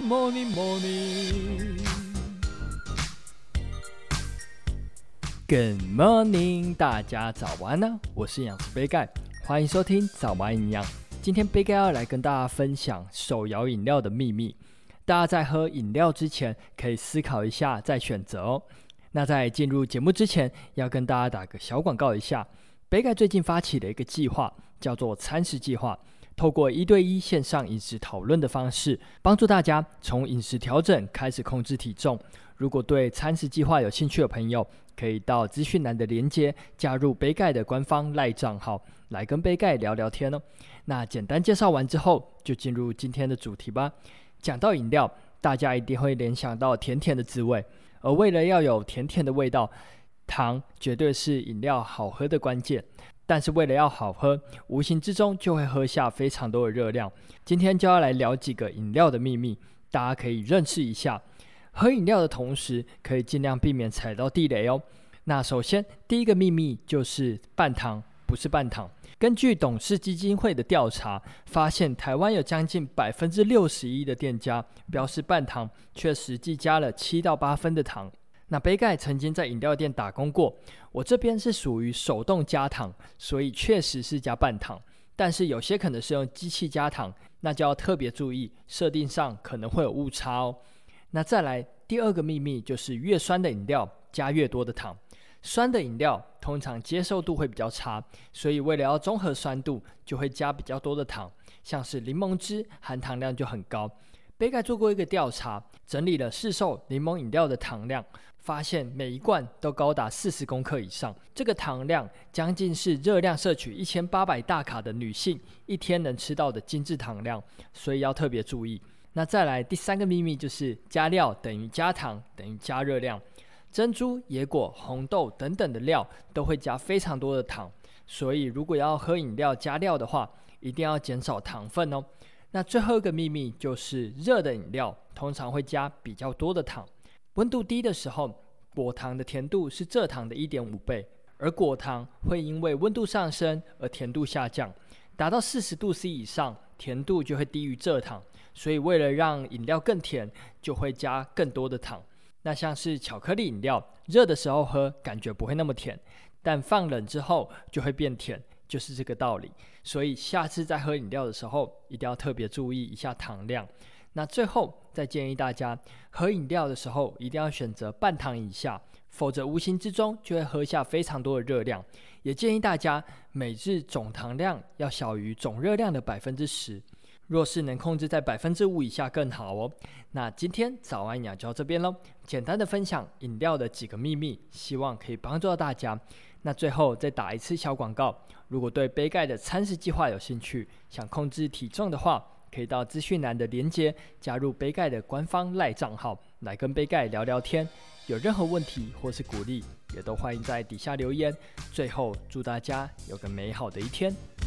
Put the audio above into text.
morning morning Good morning 大家早安呢，我是营养师杯盖，欢迎收听早安营养。今天杯盖要来跟大家分享手摇饮料的秘密，大家在喝饮料之前可以思考一下再选择哦。那在进入节目之前，要跟大家打个小广告一下，杯盖最近发起了一个计划，叫做餐食计划，透过1对1线上饮食讨论的方式，帮助大家从饮食调整开始控制体重。如果对餐食计划有兴趣的朋友，可以到资讯栏的连结加入杯盖的官方赖账号，来跟杯盖聊聊天哦。那简单介绍完之后，就进入今天的主题吧。讲到饮料，大家一定会联想到甜甜的滋味，而为了要有甜甜的味道，糖绝对是饮料好喝的关键。但是为了要好喝，无形之中就会喝下非常多的热量。今天就要来聊几个饮料的秘密，大家可以认识一下。喝饮料的同时，可以尽量避免踩到地雷哦。那首先，第一个秘密就是半糖不是半糖。根据董事基金会的调查，发现台湾有将近61%的店家标示半糖，却实际加了7到8分的糖。那杯盖曾经在饮料店打工过，我这边是属于手动加糖，所以确实是加半糖，但是有些可能是用机器加糖，那就要特别注意，设定上可能会有误差哦。那再来第二个秘密就是越酸的饮料加越多的糖。酸的饮料通常接受度会比较差，所以为了要中和酸度，就会加比较多的糖，像是柠檬汁含糖量就很高。杯盖做过一个调查，整理了市售柠檬饮料的糖量，发现每一罐都高达40公克以上，这个糖量将近是热量摄取1800大卡的女性一天能吃到的精致糖量，所以要特别注意。那再来第三个秘密就是加料等于加糖等于加热量。珍珠、野果、红豆等等的料都会加非常多的糖，所以如果要喝饮料加料的话，一定要减少糖分哦。那最后一个秘密就是热的饮料通常会加比较多的糖。温度低的时候，果糖的甜度是蔗糖的 1.5 倍，而果糖会因为温度上升而甜度下降，达到40度 C 以上，甜度就会低于蔗糖，所以为了让饮料更甜，就会加更多的糖。那像是巧克力饮料，热的时候喝感觉不会那么甜，但放冷之后就会变甜，就是这个道理。所以下次在喝饮料的时候，一定要特别注意一下糖量。那最后再建议大家，喝饮料的时候一定要选择半糖以下，否则无形之中就会喝下非常多的热量。也建议大家每日总糖量要小于总热量的10%，若是能控制在5%以下更好哦。那今天早安营养就到这边咯，简单的分享饮料的几个秘密，希望可以帮助到大家。那最后再打一次小广告，如果对杯盖的餐食计划有兴趣，想控制体重的话，可以到资讯栏的连结加入杯盖的官方赖账号，来跟杯盖聊聊天。有任何问题或是鼓励，也都欢迎在底下留言。最后祝大家有个美好的一天。